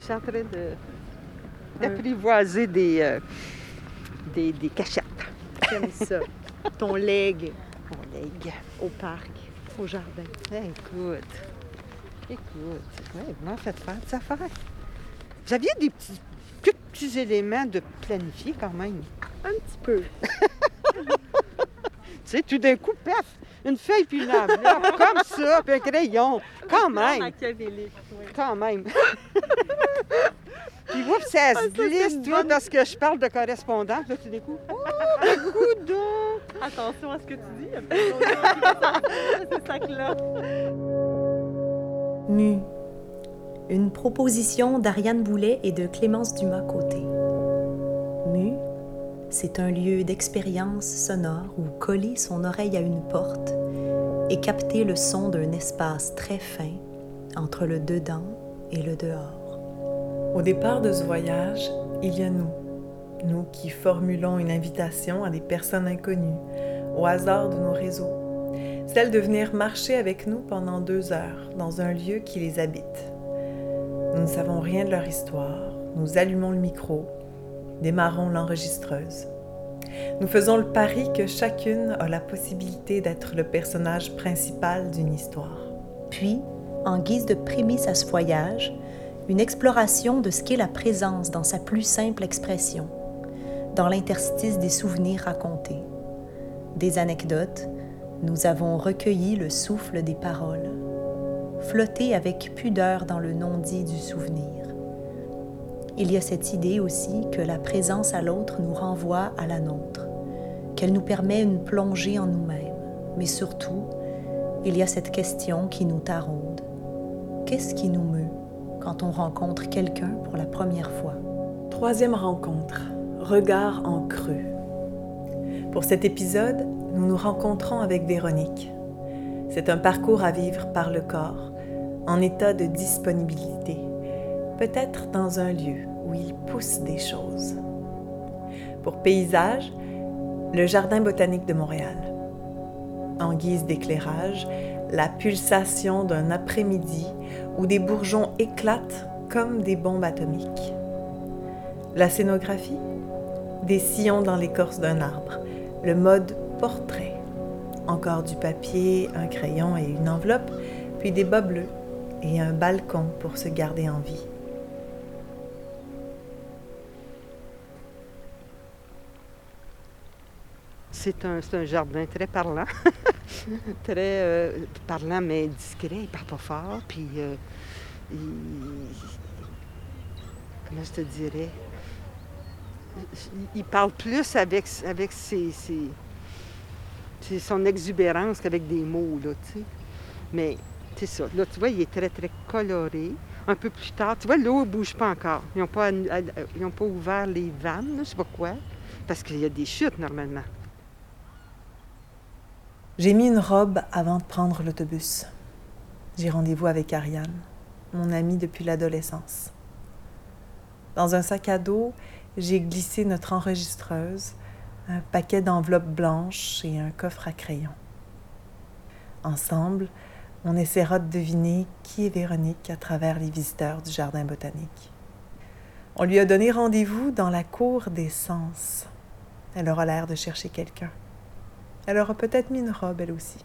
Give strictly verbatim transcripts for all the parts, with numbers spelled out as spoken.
suis en train de, d'apprivoiser des, euh, des, des cachettes. J'aime ça. Ton leg Mon leg. au parc, au jardin. Hey, écoute, écoute, ouais, vous m'en faites faire des affaires. Vous aviez des petits, plus petits éléments de planifier quand même. Un petit peu. Tu sais, tout d'un coup, paf, une feuille puis une enveloppe, comme ça, puis un crayon. Quand même, Machiavélique, oui. quand même. Puis ouf, ça se Ah, ça, c'est glisse, une toi, bonne- parce que je parle de correspondance, là, tout d'un coup. Oh, un coup d'eau! Attention à ce que tu dis, il y a plein d'autres gens qui vont sortir de ces sacs-là. Mu. Une proposition d'Ariane Boulet et de Clémence Dumas-Côté. Mu, c'est un lieu d'expérience sonore où coller son oreille à une porte et capter le son d'un espace très fin entre le dedans et le dehors. Au départ de ce voyage, il y a nous. Nous qui formulons une invitation à des personnes inconnues, au hasard de nos réseaux. Celle de venir marcher avec nous pendant deux heures dans un lieu qui les habite. Nous ne savons rien de leur histoire. Nous allumons le micro, démarrons l'enregistreuse. Nous faisons le pari que chacune a la possibilité d'être le personnage principal d'une histoire. Puis, en guise de prémisse à ce voyage, une exploration de ce qu'est la présence dans sa plus simple expression, dans l'interstice des souvenirs racontés. Des anecdotes, nous avons recueilli le souffle des paroles, flotté avec pudeur dans le non-dit du souvenir. Il y a cette idée aussi que la présence à l'autre nous renvoie à la nôtre, qu'elle nous permet une plongée en nous-mêmes, mais surtout, il y a cette question qui nous taraude. Qu'est-ce qui nous meut quand on rencontre quelqu'un pour la première fois? Troisième rencontre, regard en creux. Pour cet épisode, nous nous rencontrons avec Véronique. C'est un parcours à vivre par le corps, en état de disponibilité, peut-être dans un lieu où il pousse des choses. Pour paysage, le Jardin botanique de Montréal. En guise d'éclairage, la pulsation d'un après-midi où des bourgeons éclatent comme des bombes atomiques. La scénographie, des sillons dans l'écorce d'un arbre, le mode portrait. Encore du papier, un crayon et une enveloppe, puis des bas bleus et un balcon pour se garder en vie. C'est un, c'est un jardin très parlant, très euh, parlant mais discret, il parle pas fort, puis euh, il... comment je te dirais? Il parle plus avec, avec ses, ses, ses- son exubérance qu'avec des mots, là, tu sais. Mais c'est ça, là, tu vois, il est très, très coloré. Un peu plus tard, tu vois, l'eau ne bouge pas encore. Ils n'ont pas, ils ont pas ouvert les vannes, là, je sais pas quoi, parce qu'il y a des chutes, normalement. J'ai mis une robe avant de prendre l'autobus. J'ai rendez-vous avec Ariane, mon amie depuis l'adolescence. Dans un sac à dos, j'ai glissé notre enregistreuse, un paquet d'enveloppes blanches et un coffre à crayons. Ensemble, on essaiera de deviner qui est Véronique à travers les visiteurs du Jardin botanique. On lui a donné rendez-vous dans la cour des sens. Elle aura l'air de chercher quelqu'un. Elle aura peut-être mis une robe, elle aussi.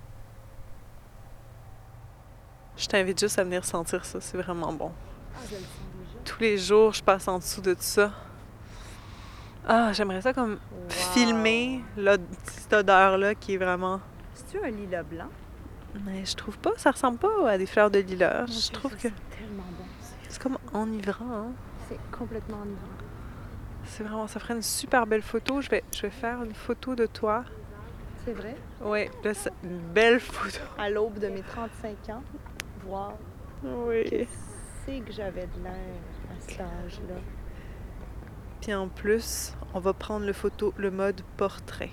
Je t'invite juste à venir sentir ça, c'est vraiment bon. Ah, je le sens déjà. Tous les jours, je passe en dessous de tout ça. Ah, j'aimerais ça comme Wow. filmer là, cette odeur-là qui est vraiment... C'est-tu un lilas blanc? Mais je trouve pas, ça ressemble pas à des fleurs de lilas. Mon Je Dieu, trouve ça que sent tellement bon. c'est comme enivrant. Hein? C'est complètement enivrant. C'est vraiment, ça ferait une super belle photo. Je vais, je vais faire une photo de toi. C'est vrai? Oui, une belle photo. À l'aube de mes trente-cinq ans, voir Oui. c'est que j'avais de l'air à cet âge-là. Puis en plus, on va prendre le photo, le mode portrait.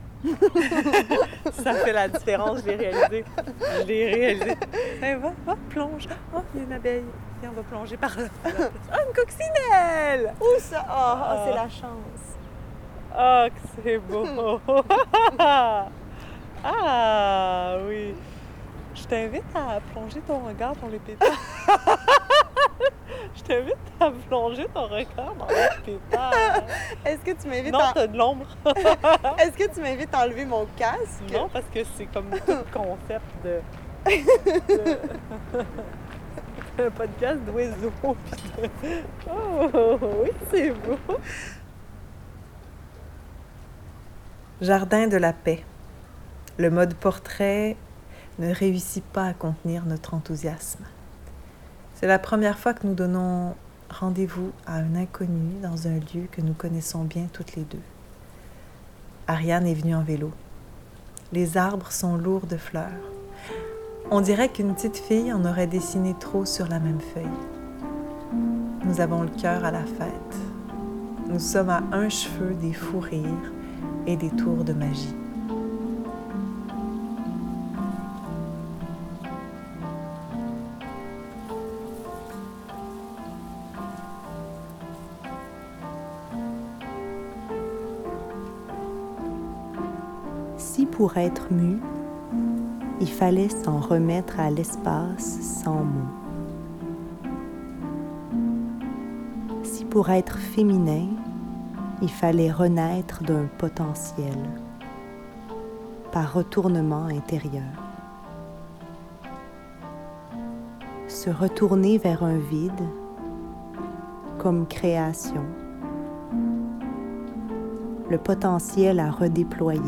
Ça fait la différence, je l'ai réalisé. Je l'ai réalisé. Hey, va, va, plonge. Oh, il y a une abeille. Viens, on va plonger par là. Ah, une coccinelle! Où ça? Ah, Ah. c'est la chance. Ah, que c'est beau! Ah, oui! Je t'invite à plonger ton regard dans les pétales. Je t'invite à plonger ton record dans le pétard. Est-ce que tu m'invites Non, à... t'as de l'ombre. Est-ce que tu m'invites à enlever mon casque? Non, parce que c'est comme tout le concept de... de... un podcast d'oiseaux. Puis de... Oh, oui, c'est beau. Jardin de la paix. Le mode portrait ne réussit pas à contenir notre enthousiasme. C'est la première fois que nous donnons rendez-vous à un inconnu dans un lieu que nous connaissons bien toutes les deux. Ariane est venue en vélo. Les arbres sont lourds de fleurs. On dirait qu'une petite fille en aurait dessiné trop sur la même feuille. Nous avons le cœur à la fête. Nous sommes à un cheveu des fous rires et des tours de magie. Si pour être mu, il fallait s'en remettre à l'espace sans mots. Si pour être féminin, il fallait renaître d'un potentiel, par retournement intérieur. Se retourner vers un vide, comme création, le potentiel à redéployer,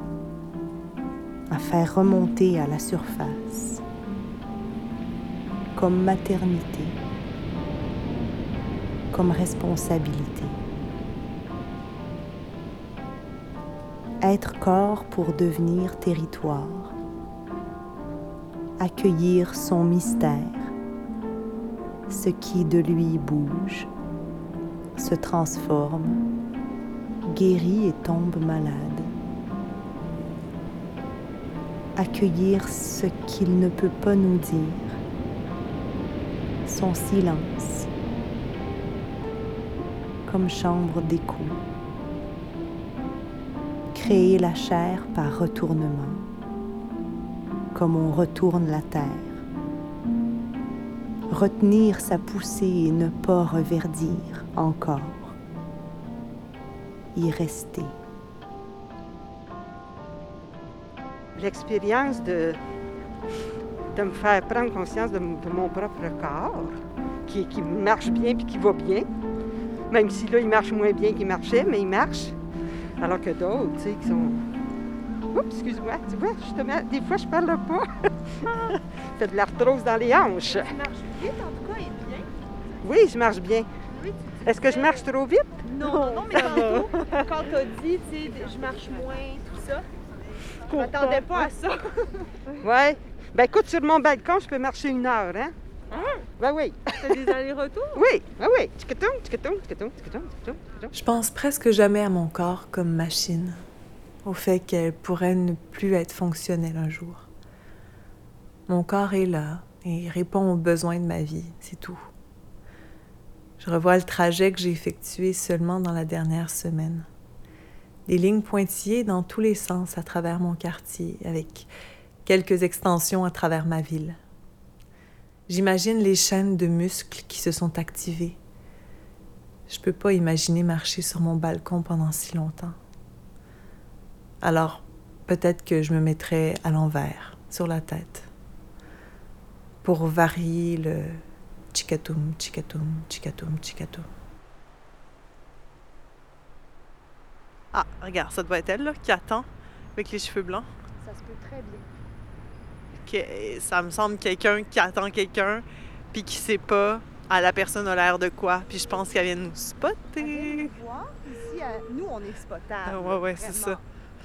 à faire remonter à la surface, comme maternité, comme responsabilité. Être corps pour devenir territoire, accueillir son mystère, ce qui de lui bouge, se transforme, guérit et tombe malade. Accueillir ce qu'il ne peut pas nous dire, son silence, comme chambre d'écho. Créer la chair par retournement, comme on retourne la terre. Retenir sa poussée et ne pas reverdir encore. Y rester. L'expérience de, de me faire prendre conscience de, de mon propre corps, qui, qui marche bien puis qui va bien, même si là, il marche moins bien qu'il marchait, mais il marche. Alors que d'autres, tu sais, qui sont... Oups, excuse-moi, tu vois, justement, des fois, je parle pas. T'as de l'arthrose dans les hanches. Tu marches vite, en tout cas, et bien. Oui, je marche bien. Oui, tu- tu Est-ce que je fais- marche trop vite? Non, non, non, mais tantôt, quand t'as dit, tu sais, je marche moins, tout ça, je m'attendais pas à ça. Oui. Ben écoute, sur mon balcon, je peux marcher une heure, hein? Ben oui. T'as des allers-retours? Oui, ben oui. Tchicatum, tchicatum, tchicatum, tchicatum, tchicatum, tchicatum. Je pense presque jamais à mon corps comme machine, au fait qu'elle pourrait ne plus être fonctionnelle un jour. Mon corps est là et répond aux besoins de ma vie, c'est tout. Je revois le trajet que j'ai effectué seulement dans la dernière semaine. Des lignes pointillées dans tous les sens à travers mon quartier, avec quelques extensions à travers ma ville. J'imagine les chaînes de muscles qui se sont activées. Je peux pas imaginer marcher sur mon balcon pendant si longtemps. Alors, peut-être que je me mettrais à l'envers, sur la tête, pour varier le tchikatum, tchikatum, tchikatum, tchikatum. Ah, regarde, ça doit être elle, là, qui attend, avec les cheveux blancs. Ça se peut très bien. Que, ça me semble quelqu'un qui attend quelqu'un, puis qui sait pas, ah, la personne a l'air de quoi, puis je pense qu'elle vient de nous spotter. Voir, ici, à- nous, on est spotable. Ah, ouais, ouais, c'est vraiment. ça.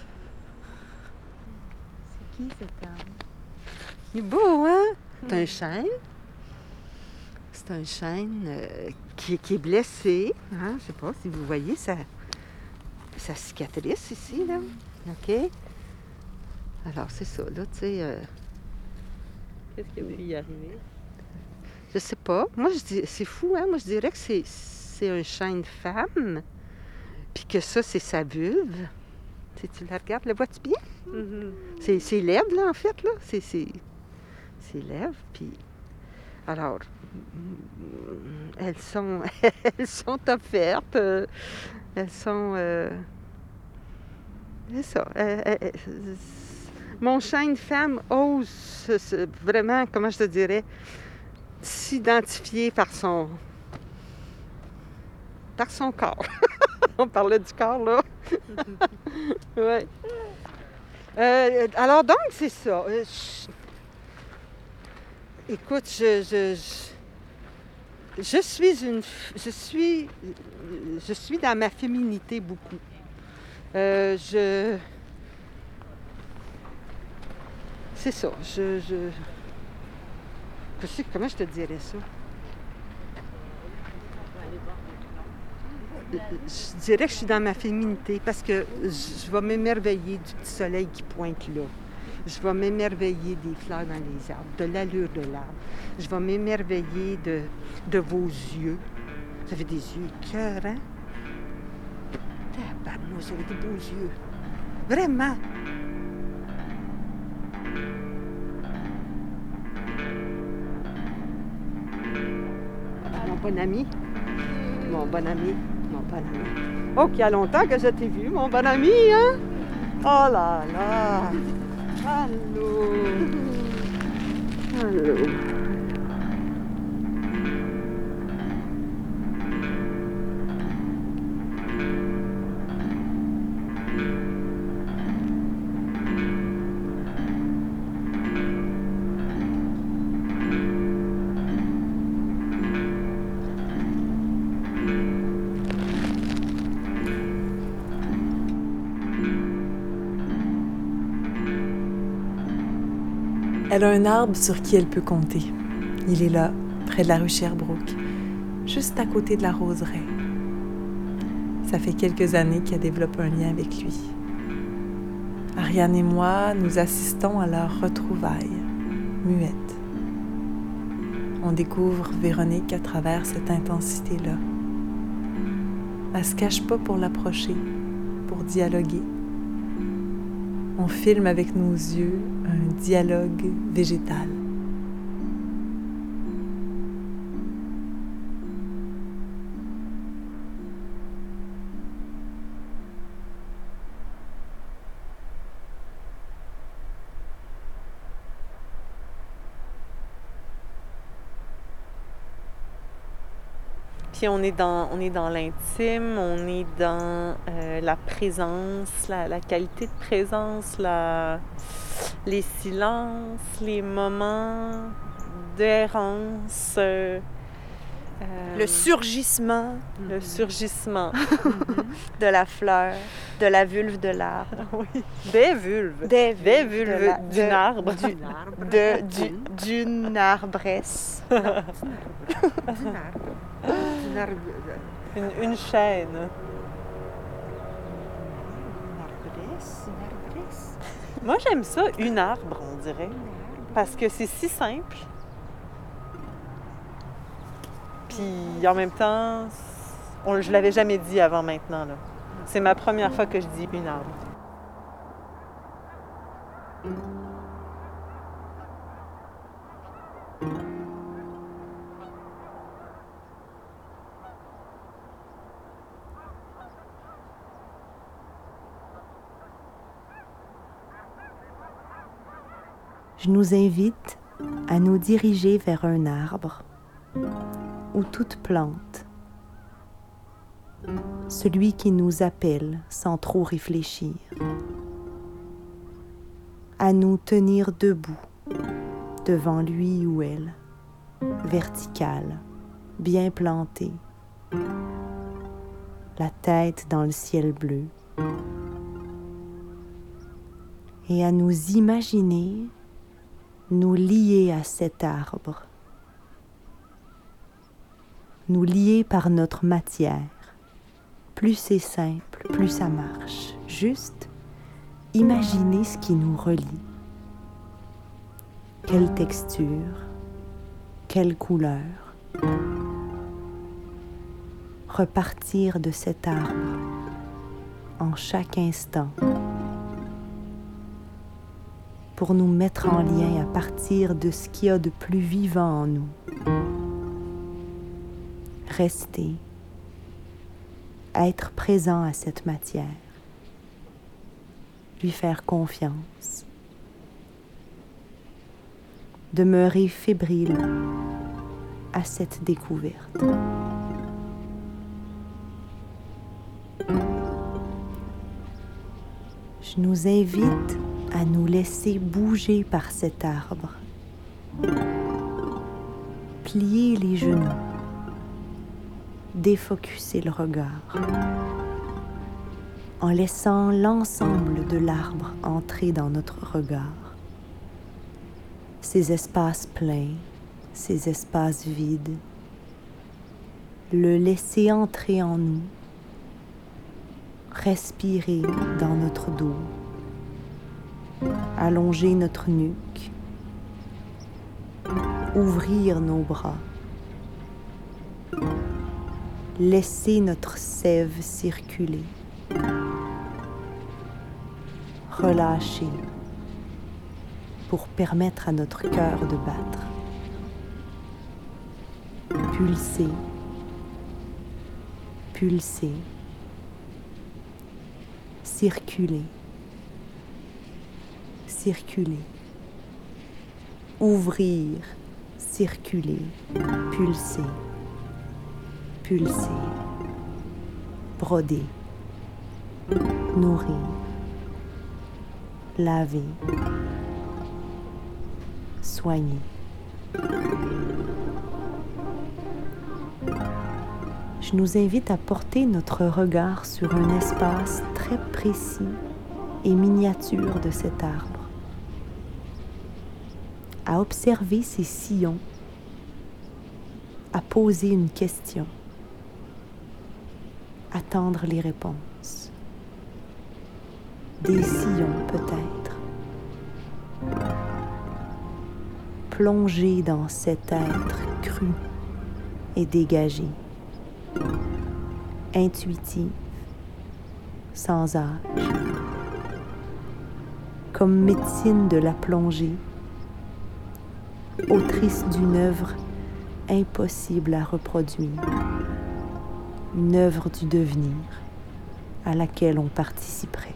C'est qui cette dame? Il est beau, hein? C'est un chêne. C'est un chêne euh, qui, qui est blessé. Hein? Je sais pas si vous voyez sa, sa cicatrice ici, là. OK? Alors, c'est ça, là, tu sais... euh, Qu'est-ce qui a pu y arriver? je sais pas. Moi, je dis, c'est fou, hein? Moi, je dirais que c'est, c'est un chêne femme, puis que ça, c'est sa vulve. Tu sais, tu la regardes, le vois-tu bien? Mm-hmm. C'est, c'est lèvres, là, en fait, là. C'est, c'est, c'est lèvres, puis... Alors, elles sont, elles sont offertes. euh, Elles sont... euh, c'est ça. euh, euh, euh, mon chaîne femme ose se- se- vraiment, comment je te dirais, s'identifier par son... par son corps. On parlait du corps, là. Ouais. Euh, alors donc, c'est ça. Euh, je- Écoute, je, je, je, je suis une... f- Je suis... Je suis dans ma féminité beaucoup. Euh, je... C'est ça. Je... je... je sais, comment je te dirais ça? Je dirais que je suis dans ma féminité parce que je vais m'émerveiller du petit soleil qui pointe là. Je vais m'émerveiller des fleurs dans les arbres, de l'allure de l'arbre. Je vais m'émerveiller de, de vos yeux. Vous avez des yeux écœurants. Tabarnouche, vous avez des beaux yeux. Vraiment. Mon bon ami. Mon bon ami. Mon bon ami. Oh, qu'il y a longtemps que je t'ai vu, mon bon ami, hein? Oh là là! Allô! Allô! Elle a un arbre sur qui elle peut compter. Il est là, près de la rue Sherbrooke, juste à côté de la roseraie. Ça fait quelques années qu'elle développe un lien avec lui. Ariane et moi, nous assistons à leur retrouvaille, muette. On découvre Véronique à travers cette intensité-là. Elle se cache pas pour l'approcher, pour dialoguer. On filme avec nos yeux un dialogue végétal. Puis on est dans, on est dans l'intime, on est dans euh, la présence, la, la qualité de présence, la, les silences, les moments d'errance. euh, euh, Le surgissement le surgissement. de la fleur, de la vulve de l'arbre. Oui. Des vulves. Des Des vulves de vulves la- d'un de- arbre. du- Un arbre. De, du- d'une arbresse. Un arbre. Un arbre. Une, une chaîne. Une arbresse. Une arbresse. Moi, j'aime ça, une arbre, on dirait. Parce que c'est si simple. Puis en même temps, on, je l'avais jamais dit avant maintenant. Là. C'est ma première fois que je dis une arbre. Je nous invite à nous diriger vers un arbre ou toute plante, celui qui nous appelle sans trop réfléchir, à nous tenir debout devant lui ou elle, vertical, bien planté, la tête dans le ciel bleu, et à nous imaginer nous lier à cet arbre, nous lier par notre matière. Plus c'est simple, plus ça marche. Juste imaginer ce qui nous relie. Quelle texture, quelle couleur. Repartir de cet arbre en chaque instant. pour nous mettre en lien à partir de ce qu'il y a de plus vivant en nous. Rester, être présent à cette matière, lui faire confiance, demeurer fébrile à cette découverte. Je nous invite à nous laisser bouger par cet arbre, plier les genoux, défocuser le regard, en laissant l'ensemble de l'arbre entrer dans notre regard. Ces espaces pleins, ces espaces vides, le laisser entrer en nous, respirer dans notre dos, allonger notre nuque, ouvrir nos bras, laisser notre sève circuler, relâcher pour permettre à notre cœur de battre, pulser, pulser, circuler, circuler, ouvrir, circuler, pulser, pulser, broder, nourrir, laver, soigner. Je nous invite à porter notre regard sur un espace très précis et miniature de cet arbre, à observer ses sillons, à poser une question, attendre les réponses. Des sillons peut-être. Plonger dans cet être cru et dégagé, intuitif, sans âge, comme médecine de la plongée, autrice d'une œuvre impossible à reproduire, une œuvre du devenir à laquelle on participerait.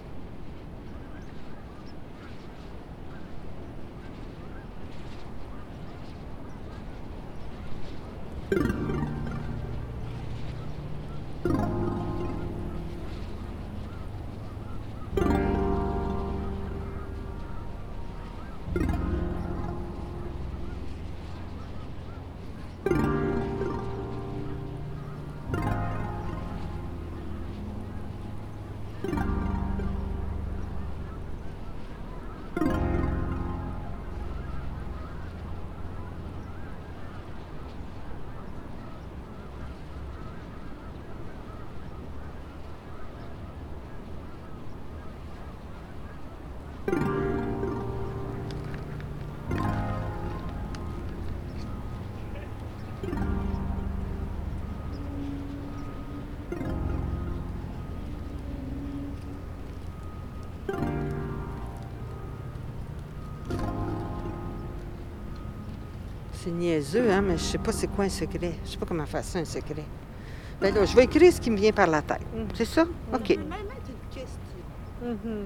C'est niaiseux, hein, mais je sais pas c'est quoi un secret. Je sais pas comment faire ça, un secret. Ben là, je vais écrire ce qui me vient par la tête. Mhm. C'est ça? OK. Je peux même mettre une question. Mhm.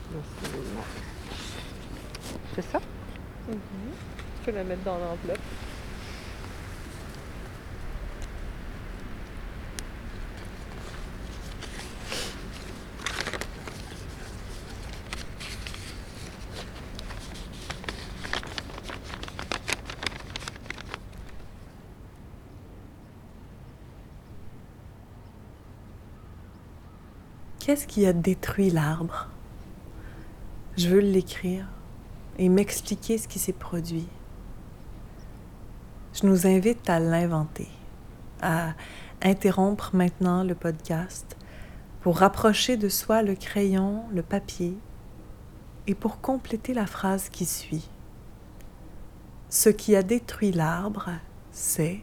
Là, c'est... non. C'est ça? Mhm. Tu peux la mettre dans l'enveloppe. Qu'est-ce qui a détruit l'arbre? Je veux l'écrire et m'expliquer ce qui s'est produit. Je nous invite à l'inventer, à interrompre maintenant le podcast pour rapprocher de soi le crayon, le papier et pour compléter la phrase qui suit. Ce qui a détruit l'arbre, c'est...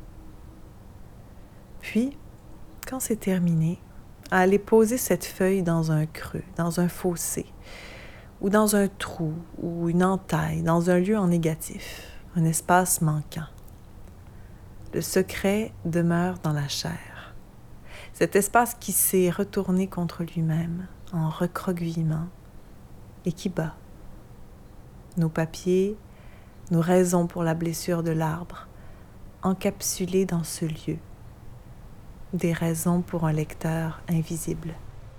Puis, quand c'est terminé, à aller poser cette feuille dans un creux, dans un fossé, ou dans un trou, ou une entaille, dans un lieu en négatif, un espace manquant. Le secret demeure dans la chair. Cet espace qui s'est retourné contre lui-même, en recroquevillement, et qui bat. Nos papiers, nos raisons pour la blessure de l'arbre, encapsulés dans ce lieu. Des raisons pour un lecteur invisible.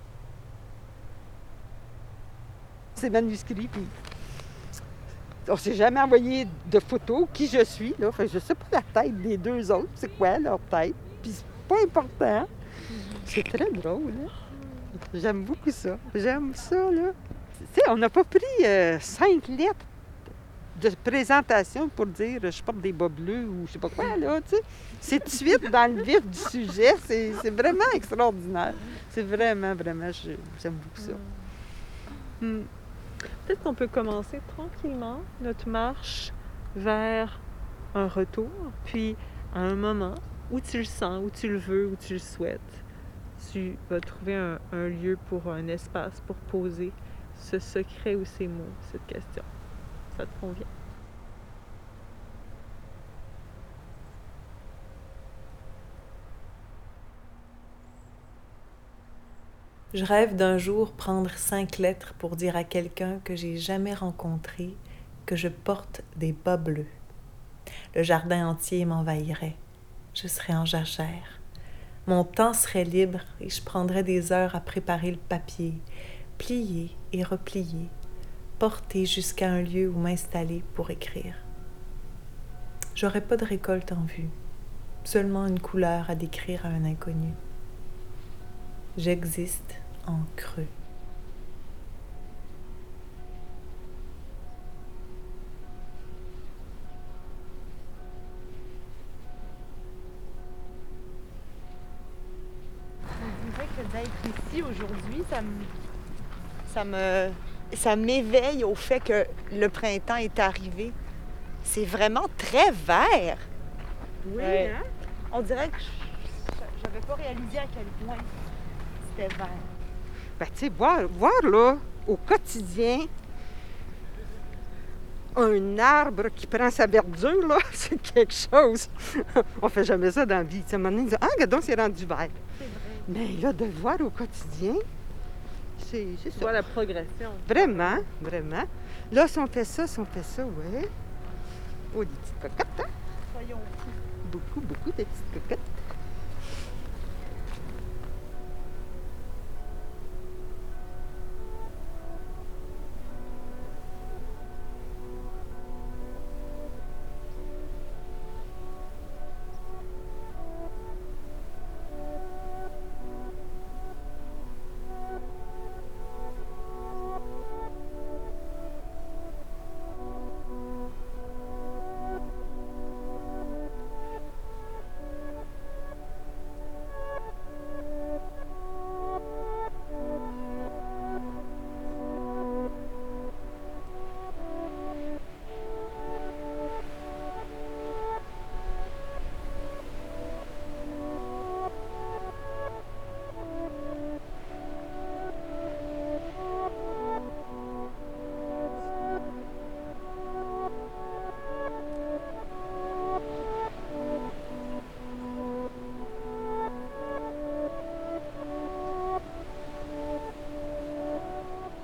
C'est manuscrit, puis on s'est jamais envoyé de photos, qui je suis, là. Fait que je sais pas la tête des deux autres, c'est quoi leur tête, puis c'est pas important. C'est très drôle, hein? J'aime beaucoup ça. J'aime ça, là. Tu sais, on n'a pas pris euh, cinq lettres de présentation pour dire je porte des bas bleus ou je sais pas quoi, là, tu sais. C'est tout de suite dans le vif du sujet. C'est, c'est vraiment extraordinaire. C'est vraiment, vraiment, je- j'aime beaucoup ça. Mm. Peut-être qu'on peut commencer tranquillement notre marche vers un retour, puis à un moment où tu le sens, où tu le veux, où tu le souhaites, tu vas trouver un, un lieu pour un espace pour poser ce secret ou ces mots, cette question. Ça te convient? Je rêve d'un jour prendre cinq lettres pour dire à quelqu'un que j'ai jamais rencontré que je porte des bas bleus. Le jardin entier m'envahirait. Je serais en jachère. Mon temps serait libre et je prendrais des heures à préparer le papier, plier et replier, porter jusqu'à un lieu où m'installer pour écrire. J'aurais pas de récolte en vue, seulement une couleur à décrire à un inconnu. J'existe en creux. On dirait que d'être ici aujourd'hui, ça me, ça me, ça m'éveille au fait que le printemps est arrivé. C'est vraiment très vert. Oui, Ouais. hein? On dirait que je- j'avais pas réalisé à quel point c'était vert. Ben, tu sais, voir, voir, là, au quotidien, un arbre qui prend sa verdure, là, c'est quelque chose. On fait jamais ça dans la vie. Tu sais, à un moment donné, on dit, ah, regarde donc, c'est rendu vert. C'est vrai. Mais là, de le voir au quotidien, c'est, c'est Tu ça. vois la progression. Vraiment, vraiment. Là, si on fait ça, si on fait ça, ouais. Oh, des petites cocottes, hein? Soyons fous. Beaucoup, beaucoup de petites cocottes.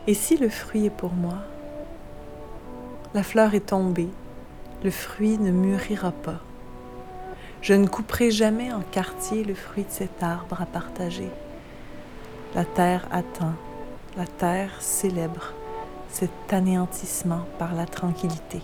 Et si le fruit est pour moi? La fleur est tombée, le fruit ne mûrira pas. Je ne couperai jamais en quartier le fruit de cet arbre à partager. La terre attend, la terre célèbre cet anéantissement par la tranquillité.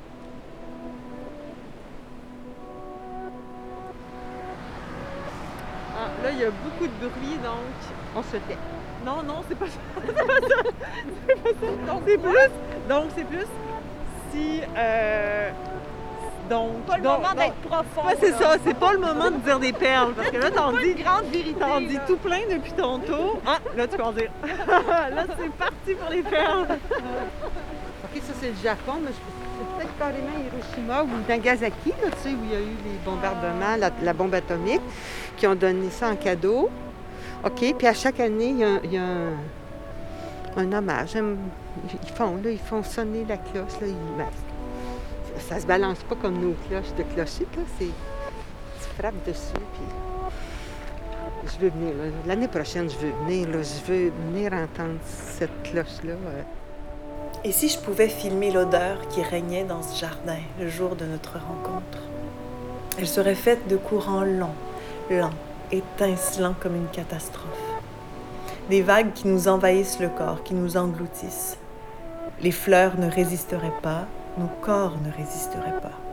Ah, là, il y a beaucoup de bruit, donc... On se tait. Non, non, c'est pas ça. C'est pas ça. C'est pas ça. Donc, c'est plus... Donc, c'est plus... Si... Euh... Donc... Pas le donc, moment donc- d'être profond. Ouais, c'est là. ça. C'est pas le moment de dire des perles. Parce que là, t'en dis... Grande vérité. T'en dis là. tout plein depuis tantôt. Ah, là, tu peux en dire. Là, c'est parti pour les perles. OK, ça, c'est le Japon, mais je- c'est peut-être carrément Hiroshima ou Nagasaki, là, tu sais, où il y a eu les bombardements, la, la bombe atomique, qui ont donné ça en cadeau. OK, puis à chaque année, il y a, il y a un, un hommage. Un- Ils font, là, ils font sonner la cloche, là. Ils- ben, ça, ça se balance pas comme nos cloches de clochette, là. C'est, tu frappes dessus, puis je veux venir, là. L'année prochaine, je veux venir, là. Je veux venir entendre cette cloche-là. euh. Et si je pouvais filmer l'odeur qui régnait dans ce jardin le jour de notre rencontre? Elle serait faite de courants longs, lents, étincelants comme une catastrophe. Des vagues qui nous envahissent le corps, qui nous engloutissent. Les fleurs ne résisteraient pas, nos corps ne résisteraient pas.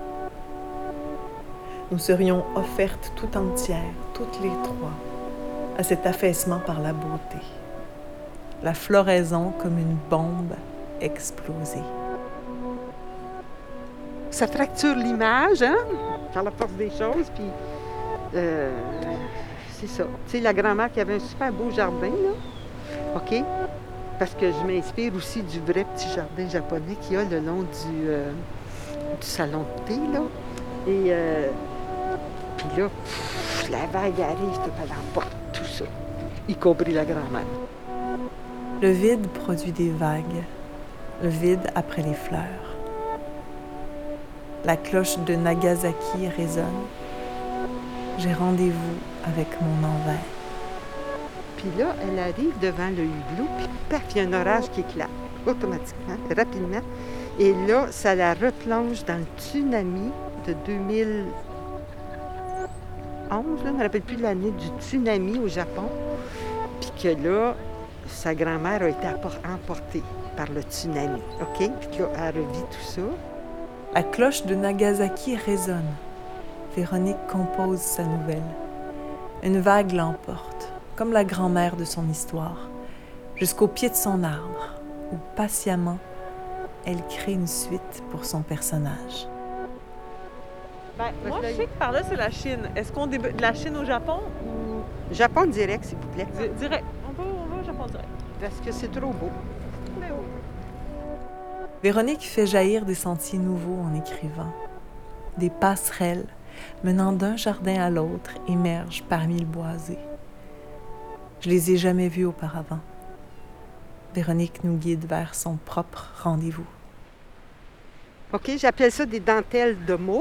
Nous serions offertes tout entières, toutes les trois, à cet affaissement par la beauté. La floraison comme une bombe explosée. Ça fracture l'image, hein, par la force des choses, puis euh, c'est ça. Tu sais, la grand-mère qui avait un super beau jardin, là, OK? Parce que je m'inspire aussi du vrai petit jardin japonais qu'il y a le long du, euh, du salon de thé, là. Et euh, puis là, pff, la vague arrive, tout, elle emporte tout ça, y compris la grand-mère. Le vide produit des vagues, le vide après les fleurs. La cloche de Nagasaki résonne. J'ai rendez-vous avec mon envers. Puis là, elle arrive devant le hublot, puis paf, il y a un orage qui éclate, automatiquement, rapidement. Et là, ça la replonge dans le tsunami de deux mille onze, là, je ne me rappelle plus l'année du tsunami au Japon. Puis que là, sa grand-mère a été appor- emportée par le tsunami, OK? Puis là, elle revit tout ça. La cloche de Nagasaki résonne. Véronique compose sa nouvelle. Une vague l'emporte, comme la grand-mère de son histoire, jusqu'au pied de son arbre, où patiemment, elle crée une suite pour son personnage. Ben, moi, je sais que par là, c'est la Chine. Est-ce qu'on débute de la Chine au Japon ou Japon direct, s'il vous plaît, Di- direct? On va, on va au Japon direct. parce que c'est trop beau. Ben oui. Véronique fait jaillir des sentiers nouveaux en écrivant. Des passerelles menant d'un jardin à l'autre émergent parmi le boisé. Je les ai jamais vus auparavant. Véronique nous guide vers son propre rendez-vous. OK, j'appelle ça des dentelles de mots.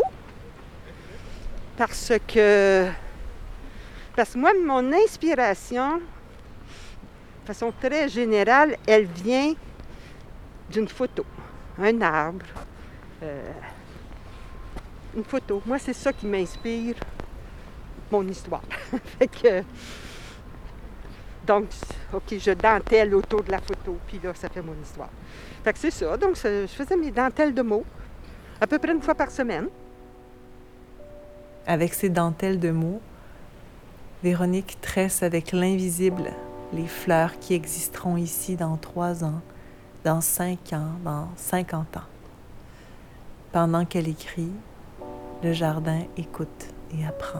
Parce que, parce que moi, mon inspiration, de façon très générale, elle vient d'une photo. Un arbre, euh, une photo. Moi, c'est ça qui m'inspire mon histoire. Fait que, donc, OK, je dentelle autour de la photo, puis là, ça fait mon histoire. Fait que c'est ça. Donc, je faisais mes dentelles de mots à peu près une fois par semaine. Avec ses dentelles de mots, Véronique tresse avec l'invisible les fleurs qui existeront ici dans trois ans, dans cinq ans, dans cinquante ans. Pendant qu'elle écrit, le jardin écoute et apprend.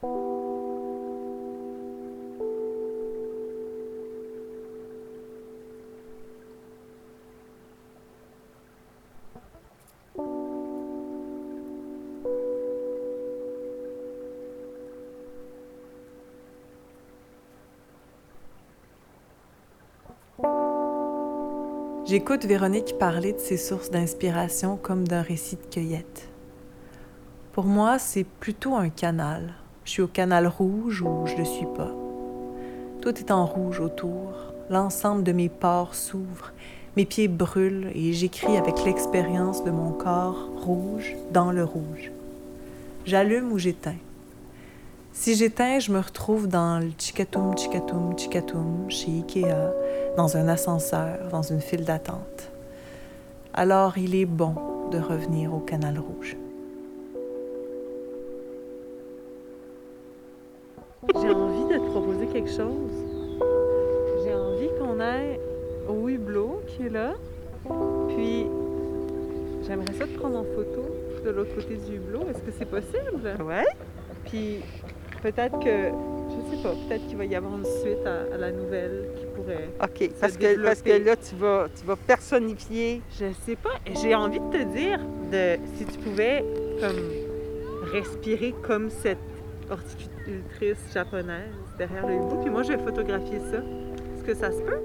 J'écoute Véronique parler de ses sources d'inspiration comme d'un récit de cueillette. Pour moi, c'est plutôt un canal. Je suis au canal rouge ou je le suis pas. Tout est en rouge autour. L'ensemble de mes pores s'ouvre, mes pieds brûlent et j'écris avec l'expérience de mon corps rouge dans le rouge. J'allume ou j'éteins. Si j'éteins, je me retrouve dans le Tchikatoum, Tchikatoum, Tchikatoum, chez Ikea, dans un ascenseur, dans une file d'attente. Alors, il est bon de revenir au canal rouge. J'ai envie de te proposer quelque chose. J'ai envie qu'on aille au hublot qui est là. Puis, j'aimerais ça te prendre en photo de l'autre côté du hublot. Est-ce que c'est possible? Ouais. Puis, peut-être que, je sais pas, peut-être qu'il va y avoir une suite à, à la nouvelle qui pourrait OK. se Parce que, parce que développer. là, tu vas, tu vas personnifier. Je sais pas. J'ai envie de te dire de si tu pouvais comme respirer comme cette horticultrice japonaise derrière le hibou. Puis moi, je vais photographier ça. Est-ce que ça se peut?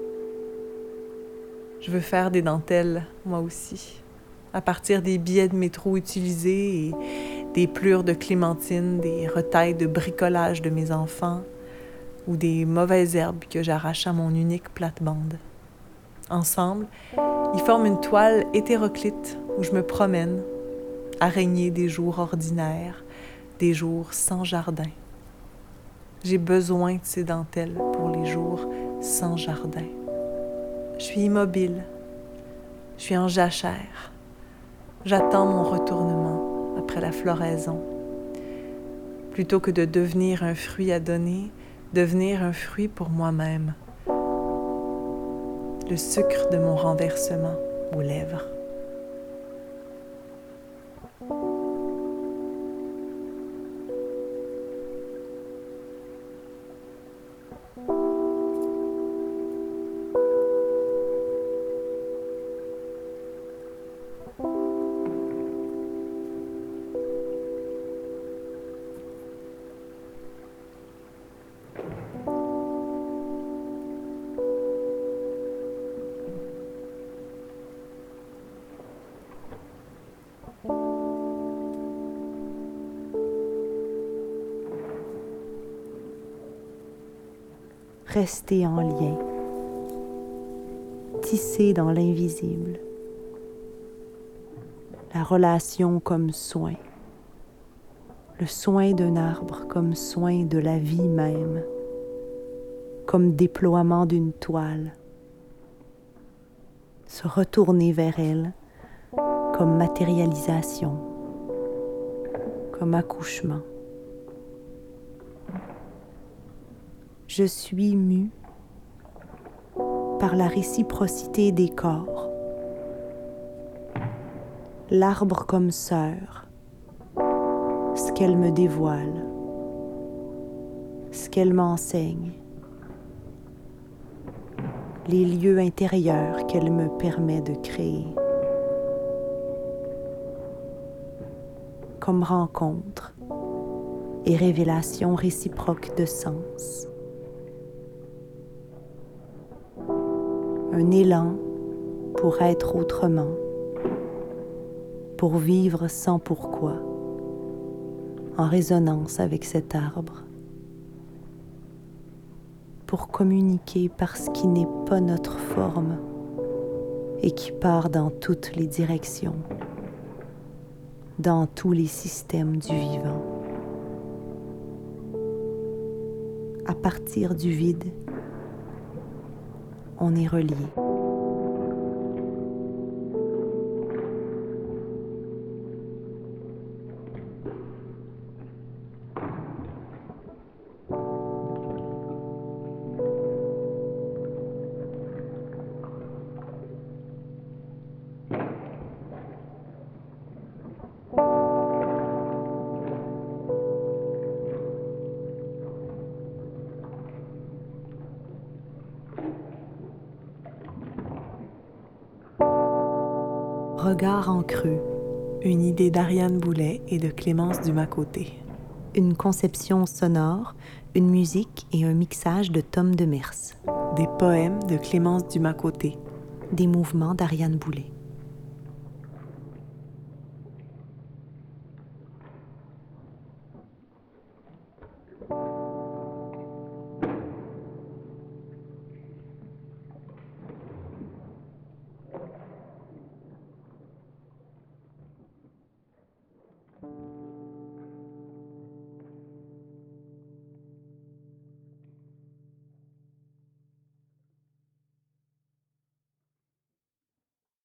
Je veux faire des dentelles, moi aussi, à partir des billets de métro utilisés et des plures de clémentine, des retailles de bricolage de mes enfants ou des mauvaises herbes que j'arrache à mon unique plate-bande. Ensemble, ils forment une toile hétéroclite où je me promène, araignée des jours ordinaires, des jours sans jardin. J'ai besoin de ces dentelles pour les jours sans jardin. Je suis immobile, je suis en jachère. J'attends mon retournement après la floraison. Plutôt que de devenir un fruit à donner, devenir un fruit pour moi-même. Le sucre de mon renversement aux lèvres. Rester en lien, tisser dans l'invisible, la relation comme soin, le soin d'un arbre comme soin de la vie même, comme déploiement d'une toile, se retourner vers elle comme matérialisation, comme accouchement. Je suis mue par la réciprocité des corps. L'arbre comme sœur, ce qu'elle me dévoile, ce qu'elle m'enseigne, les lieux intérieurs qu'elle me permet de créer. Comme rencontre et révélation réciproque de sens. Un élan pour être autrement, pour vivre sans pourquoi, en résonance avec cet arbre, pour communiquer par ce qui n'est pas notre forme et qui part dans toutes les directions, dans tous les systèmes du vivant. À partir du vide, on est relié. Regard en creux. Une idée d'Ariane Boulet et de Clémence Dumas-Côté. Une conception sonore, une musique et un mixage de Tom Demers. Des poèmes de Clémence Dumas-Côté. Des mouvements d'Ariane Boulet.